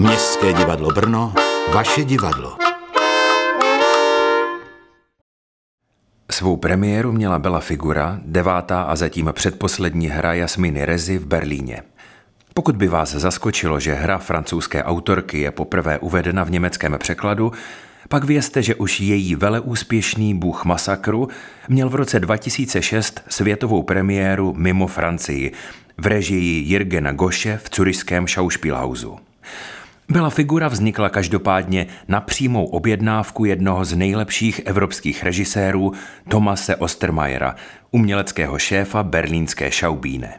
Městské divadlo Brno, vaše divadlo. Svou premiéru měla Bela Figura, 9. a zatím předposlední hra Jasminy Rezy v Berlíně. Pokud by vás zaskočilo, že hra francouzské autorky je poprvé uvedena v německém překladu, pak vězte, že už její veleúspěšný Bůh masakru měl v roce 2006 světovou premiéru mimo Francii v režii Jirgena Gosche v curyšském Schauspielhausu. Bela Figura vznikla každopádně na přímou objednávku jednoho z nejlepších evropských režisérů Thomase Ostermayera, uměleckého šéfa berlínské Schaubühne.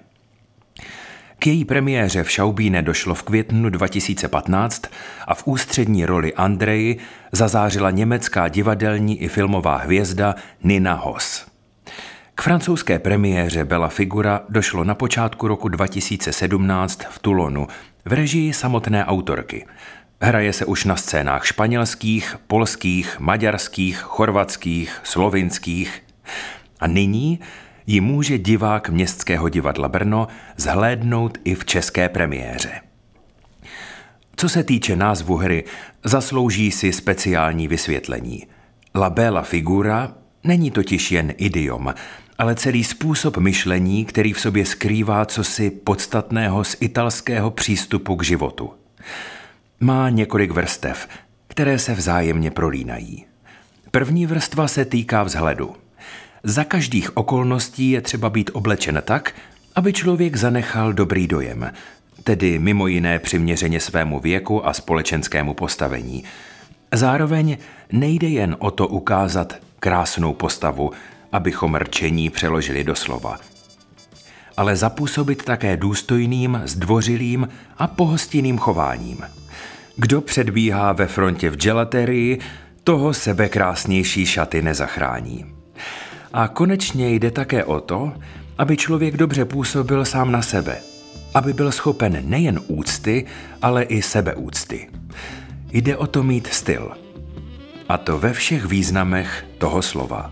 K její premiéře v Schaubühne došlo v květnu 2015 a v ústřední roli Andreji zazářila německá divadelní i filmová hvězda Nina Hoss. K francouzské premiéře Bela Figura došlo na počátku roku 2017 v Toulonu v režii samotné autorky. Hraje se už na scénách španělských, polských, maďarských, chorvatských, slovinských a nyní ji může divák Městského divadla Brno zhlédnout i v české premiéře. Co se týče názvu hry, zaslouží si speciální vysvětlení. La Bella Figura není totiž jen idiom, ale celý způsob myšlení, který v sobě skrývá cosi podstatného z italského přístupu k životu. Má několik vrstev, které se vzájemně prolínají. První vrstva se týká vzhledu. Za každých okolností je třeba být oblečen tak, aby člověk zanechal dobrý dojem, tedy mimo jiné přiměřeně svému věku a společenskému postavení. Zároveň nejde jen o to ukázat krásnou postavu, abychom rčení přeložili do slova, ale zapůsobit také důstojným, zdvořilým a pohostinným chováním. Kdo předbíhá ve frontě v gelaterii, toho sebekrásnější šaty nezachrání. A konečně jde také o to, aby člověk dobře působil sám na sebe, aby byl schopen nejen úcty, ale i sebeúcty. Jde o to mít styl. A to ve všech významech toho slova.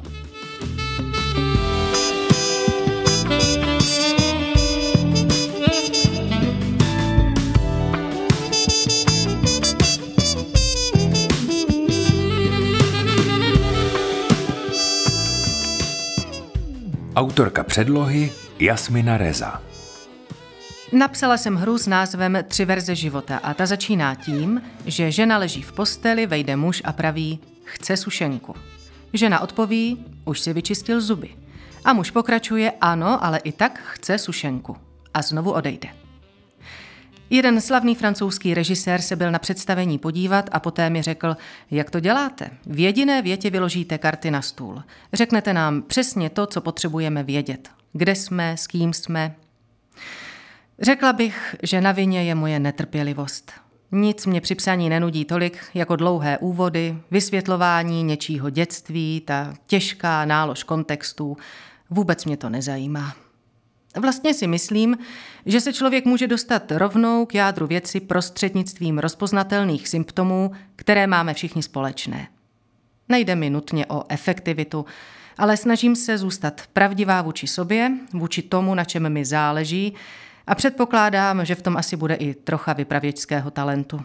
Autorka předlohy Jasmina Reza. Napsala jsem hru s názvem 3 verze života a ta začíná tím, že žena leží v posteli, vejde muž a praví: chce sušenku. Žena odpoví: už si vyčistil zuby. A muž pokračuje: ano, ale i tak chce sušenku. A znovu odejde. Jeden slavný francouzský režisér se byl na představení podívat a poté mi řekl: jak to děláte? V jediné větě vyložíte karty na stůl. Řeknete nám přesně to, co potřebujeme vědět. Kde jsme, s kým jsme. Řekla bych, že na vině je moje netrpělivost. Nic mě při psaní nenudí tolik jako dlouhé úvody, vysvětlování něčího dětství, ta těžká nálož kontextů. Vůbec mě to nezajímá. Vlastně si myslím, že se člověk může dostat rovnou k jádru věci prostřednictvím rozpoznatelných symptomů, které máme všichni společné. Nejde mi nutně o efektivitu, ale snažím se zůstat pravdivá vůči sobě, vůči tomu, na čem mi záleží, a předpokládám, že v tom asi bude i trocha vypravěčského talentu.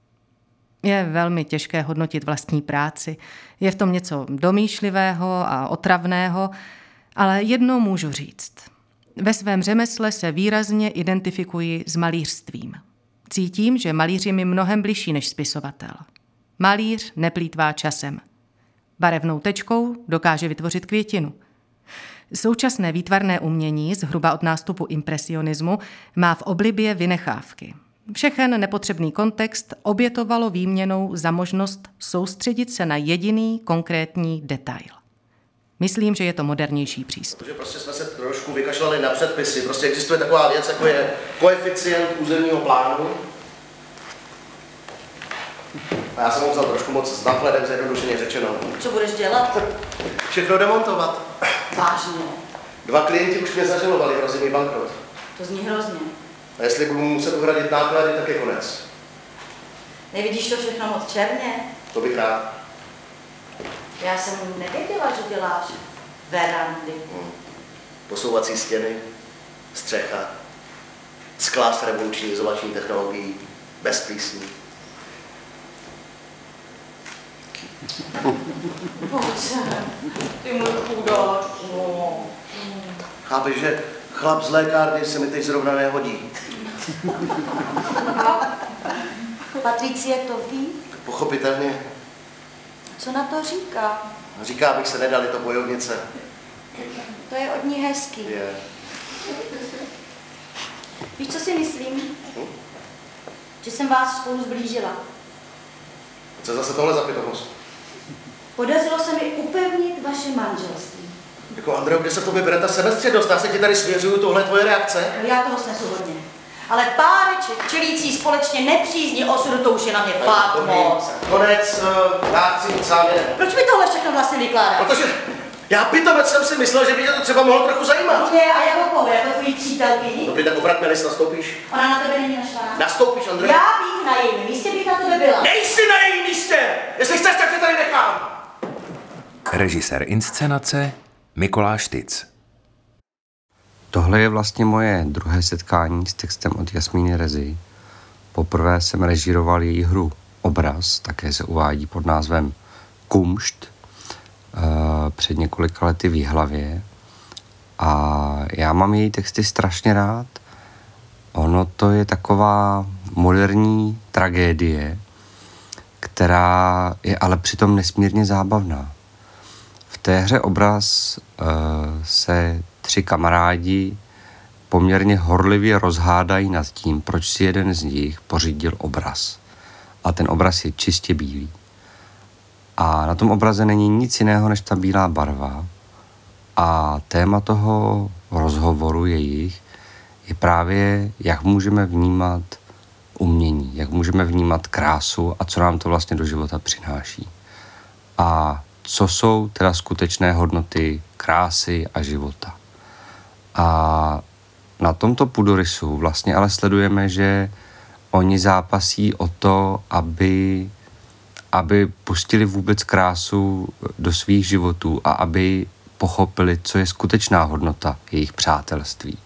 Je velmi těžké hodnotit vlastní práci, je v tom něco domýšlivého a otravného, ale jedno můžu říct. Ve svém řemesle se výrazně identifikuji s malířstvím. Cítím, že malíř je mi mnohem bližší než spisovatel. Malíř neplýtvá časem. Barevnou tečkou dokáže vytvořit květinu. Současné výtvarné umění, zhruba od nástupu impresionismu, má v oblibě vynechávky. Všechen nepotřebný kontext obětovalo výměnou za možnost soustředit se na jediný konkrétní detail. Myslím, že je to modernější přístup. Že prostě jsme se trošku vykašlali na předpisy. Prostě existuje taková věc, jako je koeficient územního plánu. A já jsem ho vzal trošku moc s nadhledem, zjednodušeně řečeno. Co budeš dělat? Všechno demontovat. Vážně? 2 klienti už mě zažalovali, hrozí mi bankrot. To zní hrozně. A jestli budu muset uhradit náklady, tak je konec. Nevidíš to všechno moc černě? To bych rád. Já jsem nevěděla, že děláš verandy. Posouvací stěny, střecha, skla s revoluční izolační technologií, bez plísní. Bože, ty můj chudáčku. Chápeš, že chlap z lékárny se mi teď zrovna nehodí. Patricie to ví? Pochopitelně. Co na to říká? Říká, abych se nedal, je to bojovnice. To je od ní hezký. Je. Víš, co si myslím? Že jsem vás spolu zblížila. Co zase tohle za pitomost? Podařilo se mi upevnit vaše manželství. Jako Andreu, kde se v tobě bere ta sebestřednost? Já se ti tady svěřuju, tohle tvoje reakce. Já toho snesu hodně. Ale páreček čelící společně nepřízní osudu, to už je na mě fakt moc. Konec, já chci jít sám jeden. Proč mi tohle všechno vlastně vykládáš? Protože já pitomec jsem si myslel, že by tě to třeba mohlo trochu zajímat. Ne, a jako koho? Jako tvojí přítelkyni? Dobrý, tak obratme list, nastoupíš? Ona na tebe není naštvaná. Nastoupíš, Andrej? Já bych na jejím místě bych na tebe byla. Nejsi na jejím místě! Jestli chceš, tak tě tady nechám. Režisér inscenace Mikoláš Tic. Tohle je vlastně moje druhé setkání s textem od Jasmíny Rezy. Poprvé jsem režíroval její hru Obraz, také se uvádí pod názvem Kumšt, před několika lety v Jihlavě. A já mám její texty strašně rád. Ono to je taková moderní tragédie, která je ale přitom nesmírně zábavná. V té hře Obraz se 3 kamarádi poměrně horlivě rozhádají nad tím, proč si jeden z nich pořídil obraz. A ten obraz je čistě bílý. A na tom obraze není nic jiného než ta bílá barva. A téma toho rozhovoru jejich je právě, jak můžeme vnímat umění, jak můžeme vnímat krásu a co nám to vlastně do života přináší. A co jsou teda skutečné hodnoty krásy a života. A na tomto půdorysu vlastně ale sledujeme, že oni zápasí o to, aby pustili vůbec krásu do svých životů a aby pochopili, co je skutečná hodnota jejich přátelství.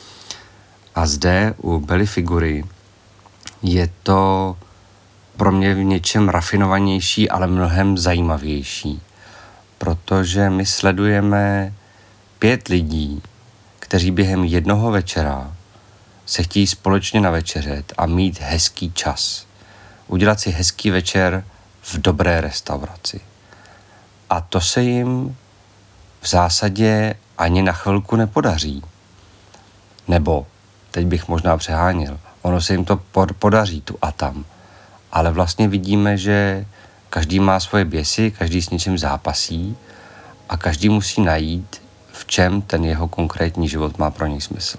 A zde u Belly Figury je to pro mě v něčem rafinovanější, ale mnohem zajímavější. Protože my sledujeme 5 lidí, kteří během jednoho večera se chtějí společně navečeřet a mít hezký čas. Udělat si hezký večer v dobré restauraci. A to se jim v zásadě ani na chvilku nepodaří. Nebo, teď bych možná přeháněl, ono se jim to podaří tu a tam. Ale vlastně vidíme, že každý má svoje běsy, každý s něčím zápasí a každý musí najít, v čem ten jeho konkrétní život má pro něj smysl.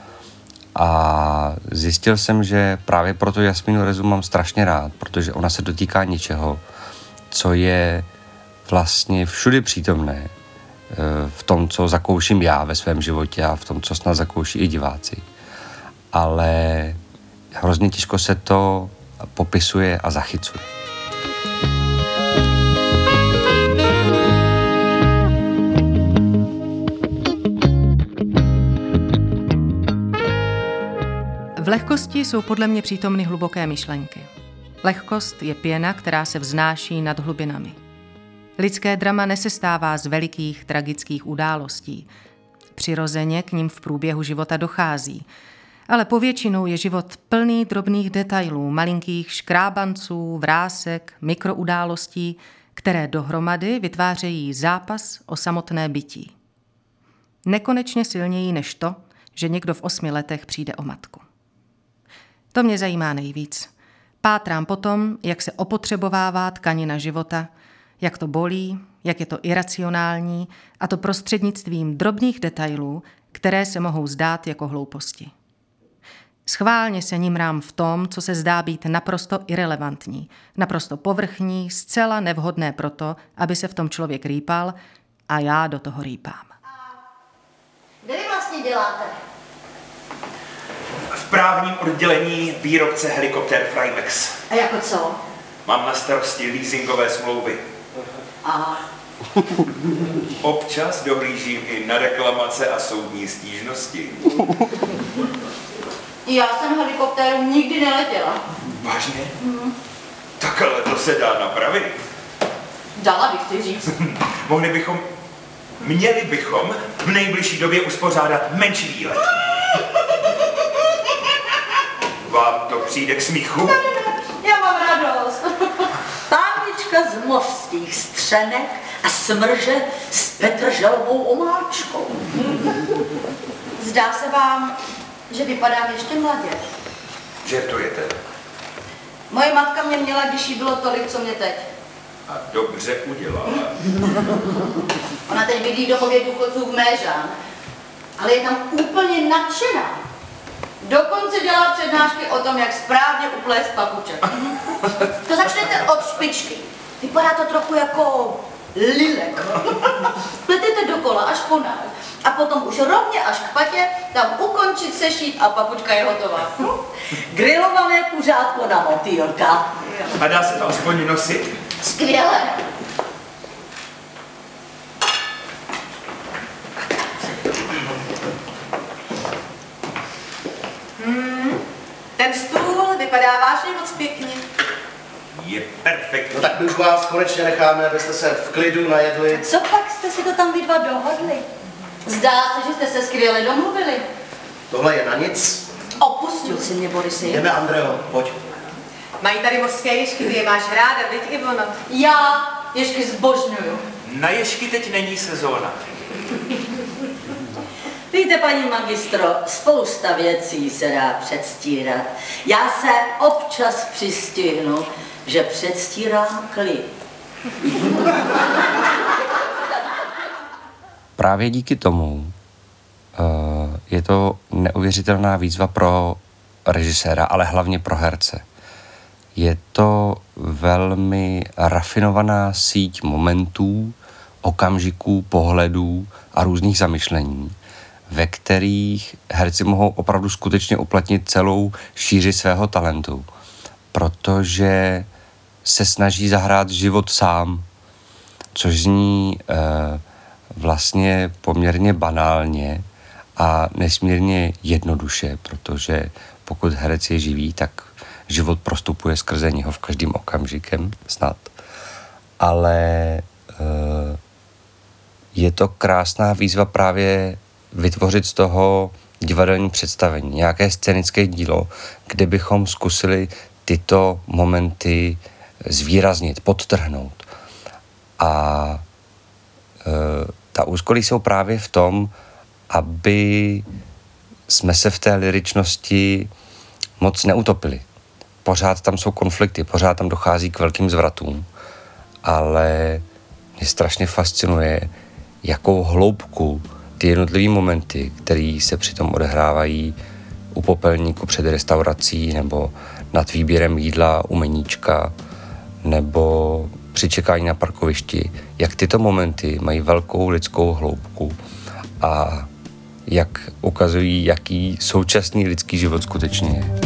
A zjistil jsem, že právě proto Jasmínu Rezu mám strašně rád, protože ona se dotýká něčeho, co je vlastně všudy přítomné v tom, co zakouším já ve svém životě a v tom, co snad zakouší i diváci. Ale hrozně těžko se to popisuje a zachycuje. V lehkosti jsou podle mě přítomny hluboké myšlenky. Lehkost je pěna, která se vznáší nad hlubinami. Lidské drama nesestává z velikých tragických událostí. Přirozeně k nim v průběhu života dochází. Ale povětšinou je život plný drobných detailů, malinkých škrábanců, vrásek, mikroudálostí, které dohromady vytvářejí zápas o samotné bytí. Nekonečně silněji než to, že někdo v 8 letech přijde o matku. To mě zajímá nejvíc. Pátrám potom, jak se opotřebovává tkanina života, jak to bolí, jak je to iracionální, a to prostřednictvím drobných detailů, které se mohou zdát jako hlouposti. Schválně se nímrám v tom, co se zdá být naprosto irelevantní, naprosto povrchní, zcela nevhodné proto, aby se v tom člověk rýpal, a já do toho rýpám. Kde vy vlastně děláte? V právním oddělení výrobce helikoptér Flymax. A jako co? Mám na starosti leasingové smlouvy. Aha. Občas dohlížím i na reklamace a soudní stížnosti. Já jsem helikoptéru nikdy neletěla. Vážně? Tak ale to se dá napravit. Dala bych ti říct. Měli bychom v nejbližší době uspořádat menší výlet. Vám to přijde k smíchu? Ne, já mám radost. Pánvička z mořských střenek a smrže s petrželovou omáčkou. Zdá se vám, že vypadám ještě mladě. Žertujete? Moje matka mě měla, když jí bylo tolik, co mě teď. A dobře udělala. Ona teď bydlí v domově důchodců v Méžan, ale je tam úplně nadšená. Dokonce dělá přednášky o tom, jak správně uplést papuček. To začnete od špičky. Vypadá to trochu jako lilek. Pletete dokola až po nás. A potom už rovně až k patě, tam ukončit, sešít a papučka je hotová. Grilované kuřátko na motýlka. A dá se to aspoň nosit? Skvěle. Ten stůl vypadá vážně moc pěkně. Je perfektní. No tak my už vás konečně necháme, abyste se v klidu najedli. Co pak jste si to tam vy dva dohodli? Zdá se, že jste se skvěle domluvili. Tohle je na nic. Opustil si mě, Borisy. Jdeme, Andreo, pojď. Mají tady mořské ježky, ty je máš ráda, viď, Ivono? Já ještě zbožňuju. Na ježky teď není sezóna. Víte, paní magistro, spousta věcí se dá předstírat. Já se občas přistihnu, že předstírám klid. Právě díky tomu je to neuvěřitelná výzva pro režiséra, ale hlavně pro herce. Je to velmi rafinovaná síť momentů, okamžiků, pohledů a různých zamyšlení, ve kterých herci mohou opravdu skutečně uplatnit celou šíři svého talentu, protože se snaží zahrát život sám, což zní vlastně poměrně banálně a nesmírně jednoduše, protože pokud herec je živý, tak život prostupuje skrze něho v každým okamžikem snad. Ale je to krásná výzva právě vytvořit z toho divadelní představení, nějaké scénické dílo, kde bychom zkusili tyto momenty zvýraznit, podtrhnout. A ta úskolí jsou právě v tom, aby jsme se v té lyričnosti moc neutopili. Pořád tam jsou konflikty, pořád tam dochází k velkým zvratům, ale mě strašně fascinuje, jakou hloubku ty jednotlivé momenty, které se přitom odehrávají u popelníku před restaurací nebo nad výběrem jídla u meníčka nebo při čekání na parkovišti, jak tyto momenty mají velkou lidskou hloubku a jak ukazují, jaký současný lidský život skutečně je.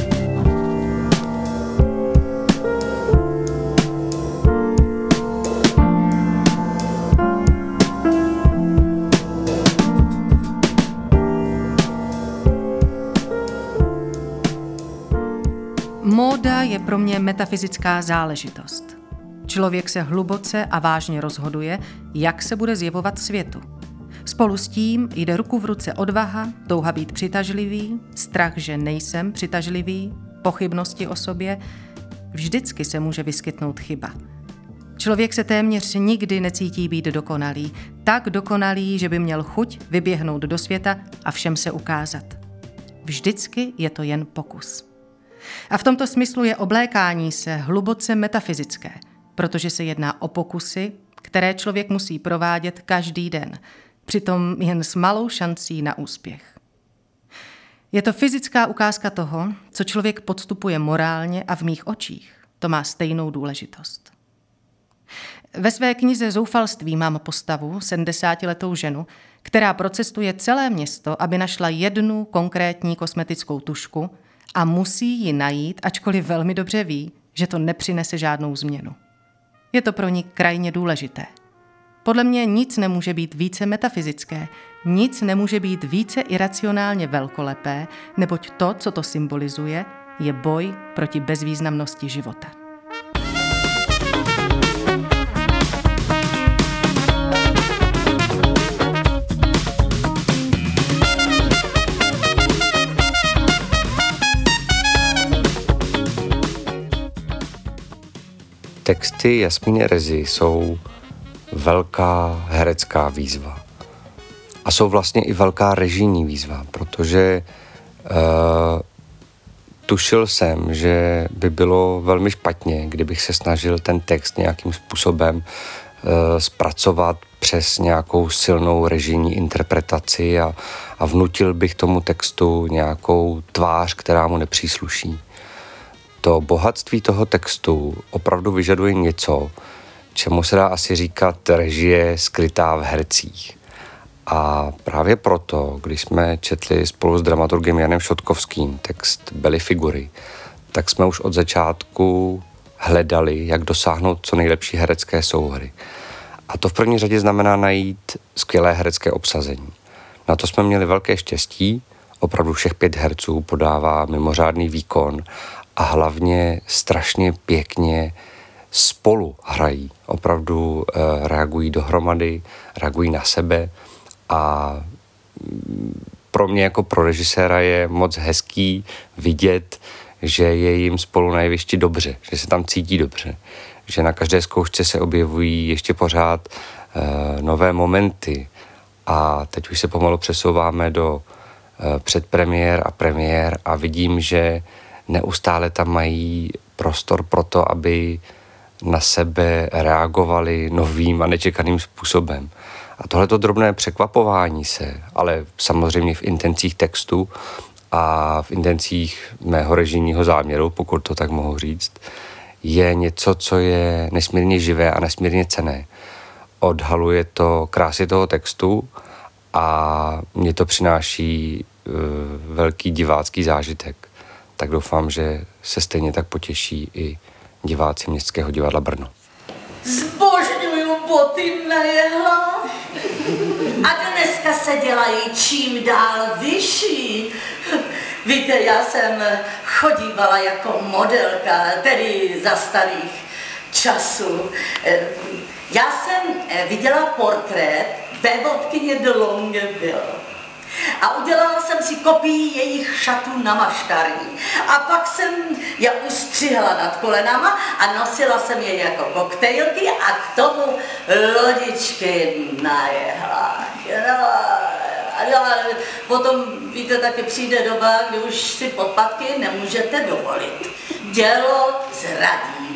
Móda je pro mě metafyzická záležitost. Člověk se hluboce a vážně rozhoduje, jak se bude zjevovat světu. Spolu s tím jde ruku v ruce odvaha, touha být přitažlivý, strach, že nejsem přitažlivý, pochybnosti o sobě. Vždycky se může vyskytnout chyba. Člověk se téměř nikdy necítí být dokonalý, tak dokonalý, že by měl chuť vyběhnout do světa a všem se ukázat. Vždycky je to jen pokus. A v tomto smyslu je oblékání se hluboce metafyzické, protože se jedná o pokusy, které člověk musí provádět každý den, přitom jen s malou šancí na úspěch. Je to fyzická ukázka toho, co člověk podstupuje morálně a v mých očích. To má stejnou důležitost. Ve své knize Zoufalství mám postavu, 70letou ženu, která procestuje celé město, aby našla jednu konkrétní kosmetickou tužku a musí ji najít, ačkoliv velmi dobře ví, že to nepřinese žádnou změnu. Je to pro ní krajně důležité. Podle mě nic nemůže být více metafyzické, nic nemůže být více iracionálně velkolepé, neboť to, co to symbolizuje, je boj proti bezvýznamnosti života. Texty Jasmíny Rezy jsou velká herecká výzva. A jsou vlastně i velká režijní výzva, protože tušil jsem, že by bylo velmi špatně, kdybych se snažil ten text nějakým způsobem zpracovat přes nějakou silnou režijní interpretaci a vnutil bych tomu textu nějakou tvář, která mu nepřísluší. To bohatství toho textu opravdu vyžaduje něco, čemu se dá asi říkat režie skrytá v hercích. A právě proto, když jsme četli spolu s dramaturgem Janem Šotkovským text Byly figury, tak jsme už od začátku hledali, jak dosáhnout co nejlepší herecké souhry. A to v první řadě znamená najít skvělé herecké obsazení. Na to jsme měli velké štěstí, opravdu všech 5 herců podává mimořádný výkon a hlavně strašně pěkně spolu hrají. Opravdu reagují dohromady, reagují na sebe a pro mě jako pro režiséra je moc hezký vidět, že je jim spolu na jevišti dobře, že se tam cítí dobře, že na každé zkoušce se objevují ještě pořád nové momenty a teď už se pomalu přesouváme do předpremiér a premiér a vidím, že neustále tam mají prostor pro to, aby na sebe reagovali novým a nečekaným způsobem. A tohleto drobné překvapování se, ale samozřejmě v intencích textu a v intencích mého režijního záměru, pokud to tak mohu říct, je něco, co je nesmírně živé a nesmírně cenné. Odhaluje to krásy toho textu a mě to přináší velký divácký zážitek. Tak doufám, že se stejně tak potěší i diváci Městského divadla Brno. Zbožňuju boty na jehlách. A dneska se dělají čím dál vyšší. Víte, já jsem chodívala jako modelka, tedy za starých časů. Já jsem viděla portrét vévodkyně de Longueville. A udělala jsem si kopii jejich šatů na maškarní. A pak jsem je ustřihla nad kolenama a nosila jsem je jako koktejlky a k tomu lodičky na jehlách. A potom, víte, taky přijde doba, kdy už si podpatky nemůžete dovolit. Dělo zradí.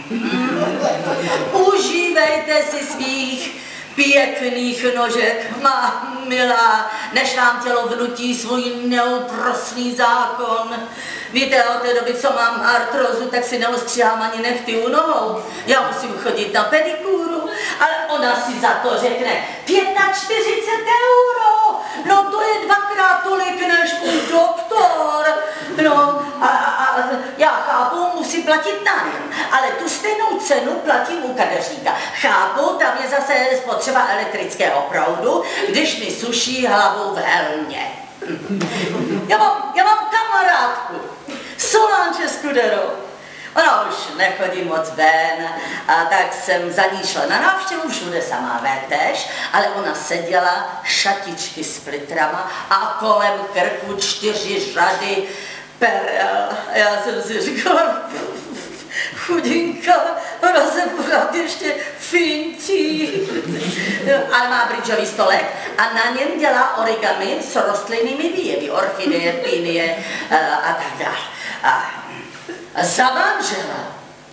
Užívejte si svých pěkných nožek, má milá, než nám tělo vnutí svůj neúprosný zákon. Víte, od té doby, co mám artrózu, tak si neostříhám ani nechty u nohou. Já musím chodit na pedikúru, ale ona si za to řekne 45 €. No to je 2krát tolik než můj doktor. No a já chápu, musí platit nájem, ale tu stejnou cenu platím u kadeřníka. Chápu, tam je zase spotřeba elektrického proudu, když mi suší hlavu v helmě. Já mám kamarádku, Solange Scudero. Ona už nechodí moc ven, a tak jsem za ní šla na návštěvu, všude samá vétež, ale ona seděla šatičky s plitrama a kolem krku 4 řady perel. Já jsem si říkala, chudinka, ona se pořád ještě fintí. Ale má bridžový stolek a na něm dělá origami s rostlinnými výjevy, orchideje, pínie a tak dále. A za manžela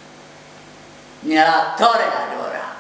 měla toreadora.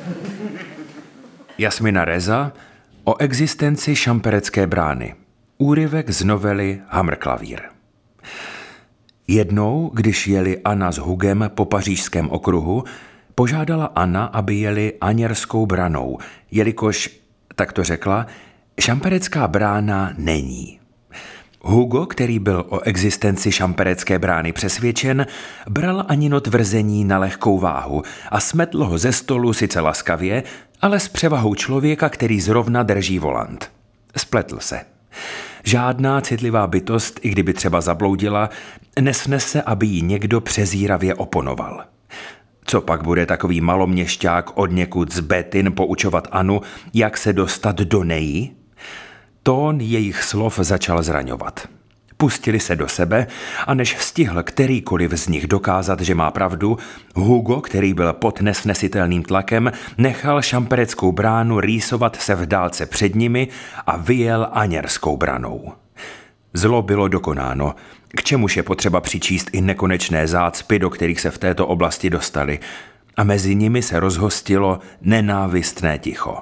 Jasmina Reza o existenci Šamperecké brány. Úryvek z novely Hamrklavír. Jednou, když jeli Anna s Hugem po pařížském okruhu, požádala Anna, aby jeli Aněrskou branou, jelikož, tak to řekla, Šamperecká brána není. Hugo, který byl o existenci Šamperecké brány přesvědčen, bral Anino tvrzení na lehkou váhu a smetl ho ze stolu sice laskavě, ale s převahou člověka, který zrovna drží volant. Spletl se. Žádná citlivá bytost, i kdyby třeba zabloudila, nesnese, aby jí někdo přezíravě oponoval. Co pak bude takový maloměšťák odněkud z Betin poučovat Anu, jak se dostat do Neji? Tón jejich slov začal zraňovat. Pustili se do sebe a než stihl kterýkoliv z nich dokázat, že má pravdu, Hugo, který byl pod nesnesitelným tlakem, nechal Šampereckou bránu rýsovat se v dálce před nimi a vyjel Aněrskou branou. Zlo bylo dokonáno, k čemuž je potřeba přičíst i nekonečné zácpy, do kterých se v této oblasti dostali, a mezi nimi se rozhostilo nenávistné ticho.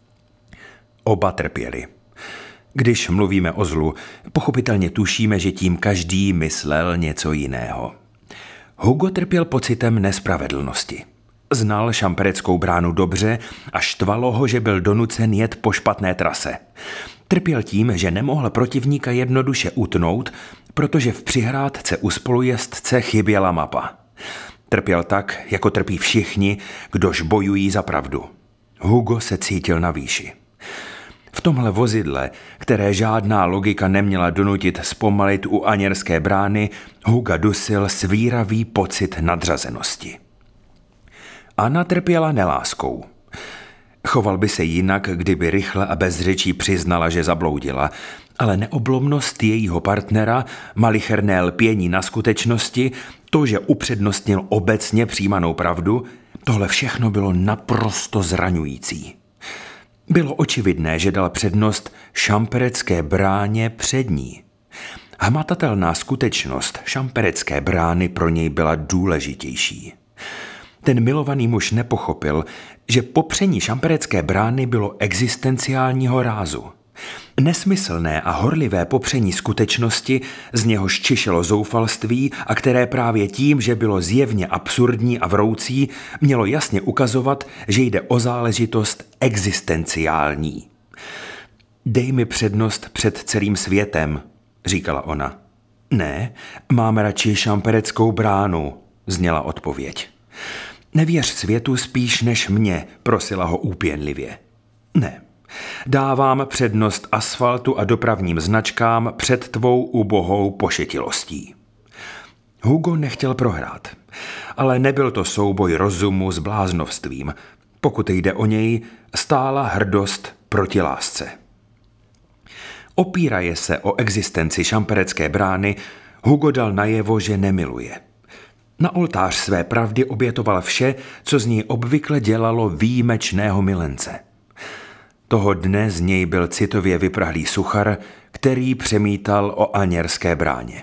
Oba trpěli. Když mluvíme o zlu, pochopitelně tušíme, že tím každý myslel něco jiného. Hugo trpěl pocitem nespravedlnosti. Znal Šampereckou bránu dobře a štvalo ho, že byl donucen jet po špatné trase. Trpěl tím, že nemohl protivníka jednoduše utnout, protože v přihrádce u spolujezdce chyběla mapa. Trpěl tak, jako trpí všichni, kdož bojují za pravdu. Hugo se cítil na výši. V tomhle vozidle, které žádná logika neměla donutit zpomalit u Aněrské brány, Huga dusil svíravý pocit nadřazenosti. Anna trpěla neláskou. Choval by se jinak, kdyby rychle a bez řečí přiznala, že zabloudila, ale neoblomnost jejího partnera, malicherné lpění na skutečnosti, to, že upřednostnil obecně přijímanou pravdu, tohle všechno bylo naprosto zraňující. Bylo očividné, že dal přednost Šamperecké bráně před ní. Hmatatelná skutečnost Šamperecké brány pro něj byla důležitější. Ten milovaný muž nepochopil, že popření Šamperecké brány bylo existenciálního rázu. Nesmyslné a horlivé popření skutečnosti, z něhož čišelo zoufalství a které právě tím, že bylo zjevně absurdní a vroucí, mělo jasně ukazovat, že jde o záležitost existenciální. Dej mi přednost před celým světem, říkala ona. Ne, mám radši Šampereckou bránu, zněla odpověď. Nevěř světu spíš než mně, prosila ho úpěnlivě. Ne. Dávám přednost asfaltu a dopravním značkám před tvou ubohou pošetilostí. Hugo nechtěl prohrát, ale nebyl to souboj rozumu s bláznovstvím. Pokud jde o něj, stála hrdost proti lásce. Opíraje se o existenci Šamperecké brány, Hugo dal najevo, že nemiluje. Na oltář své pravdy obětoval vše, co z ní obvykle dělalo výjimečného milence. Toho dne z něj byl citově vyprahlý suchar, který přemítal o Aněrské bráně.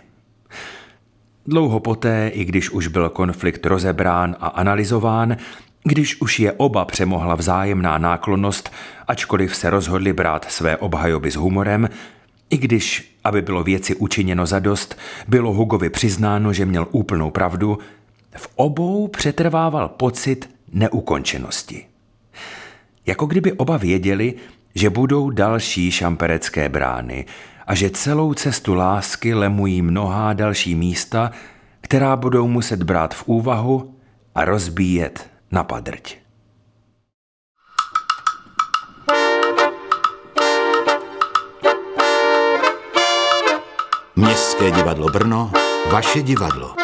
Dlouho poté, i když už byl konflikt rozebrán a analyzován, když už je oba přemohla vzájemná náklonnost, ačkoliv se rozhodli brát své obhajoby s humorem, i když, aby bylo věci učiněno zadost, bylo Hugovi přiznáno, že měl úplnou pravdu, v obou přetrvával pocit neukončenosti. Jako kdyby oba věděli, že budou další Šamperecké brány a že celou cestu lásky lemují mnohá další místa, která budou muset brát v úvahu a rozbíjet na padrť. Městské divadlo Brno, vaše divadlo.